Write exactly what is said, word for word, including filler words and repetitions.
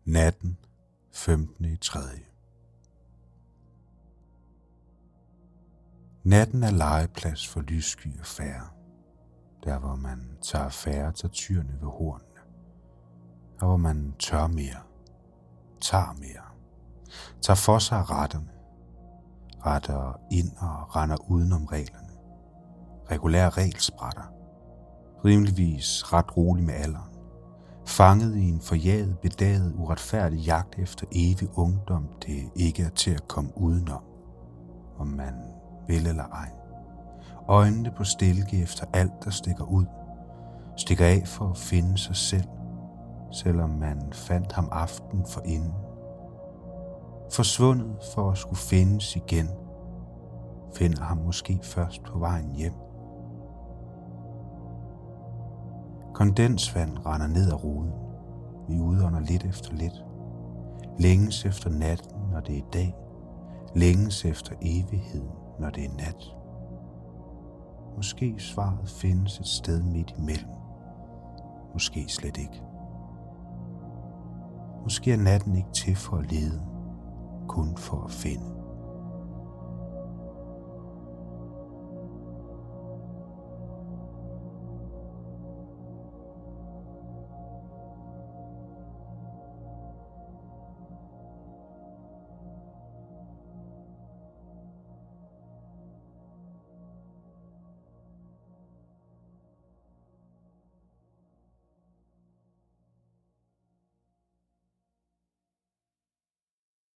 Natten femtende tredje Natten er legeplads for lyssky og færre, der hvor man tager affære til tyrene ved hornene, og hvor man tør mere, tager mere, tager for sig af retterne, retter ind og render udenom reglerne, regulære regelsprætter, rimeligvis ret rolig med alderen, fanget i en forjaget, bedaget, uretfærdig jagt efter evig ungdom, det ikke er til at komme udenom, om man vil eller ej. Øjnene på stilke efter alt, der stikker ud, stikker af for at finde sig selv, selvom man fandt ham aften forinden. Forsvundet for at skulle findes igen, finder ham måske først på vejen hjem. Kondensvand render ned ad ruden. Vi udånder lidt efter lidt. Længes efter natten, når det er dag. Længes efter evigheden, når det er nat. Måske svaret findes et sted midt imellem. Måske slet ikke. Måske er natten ikke til for at lede, kun for at finde.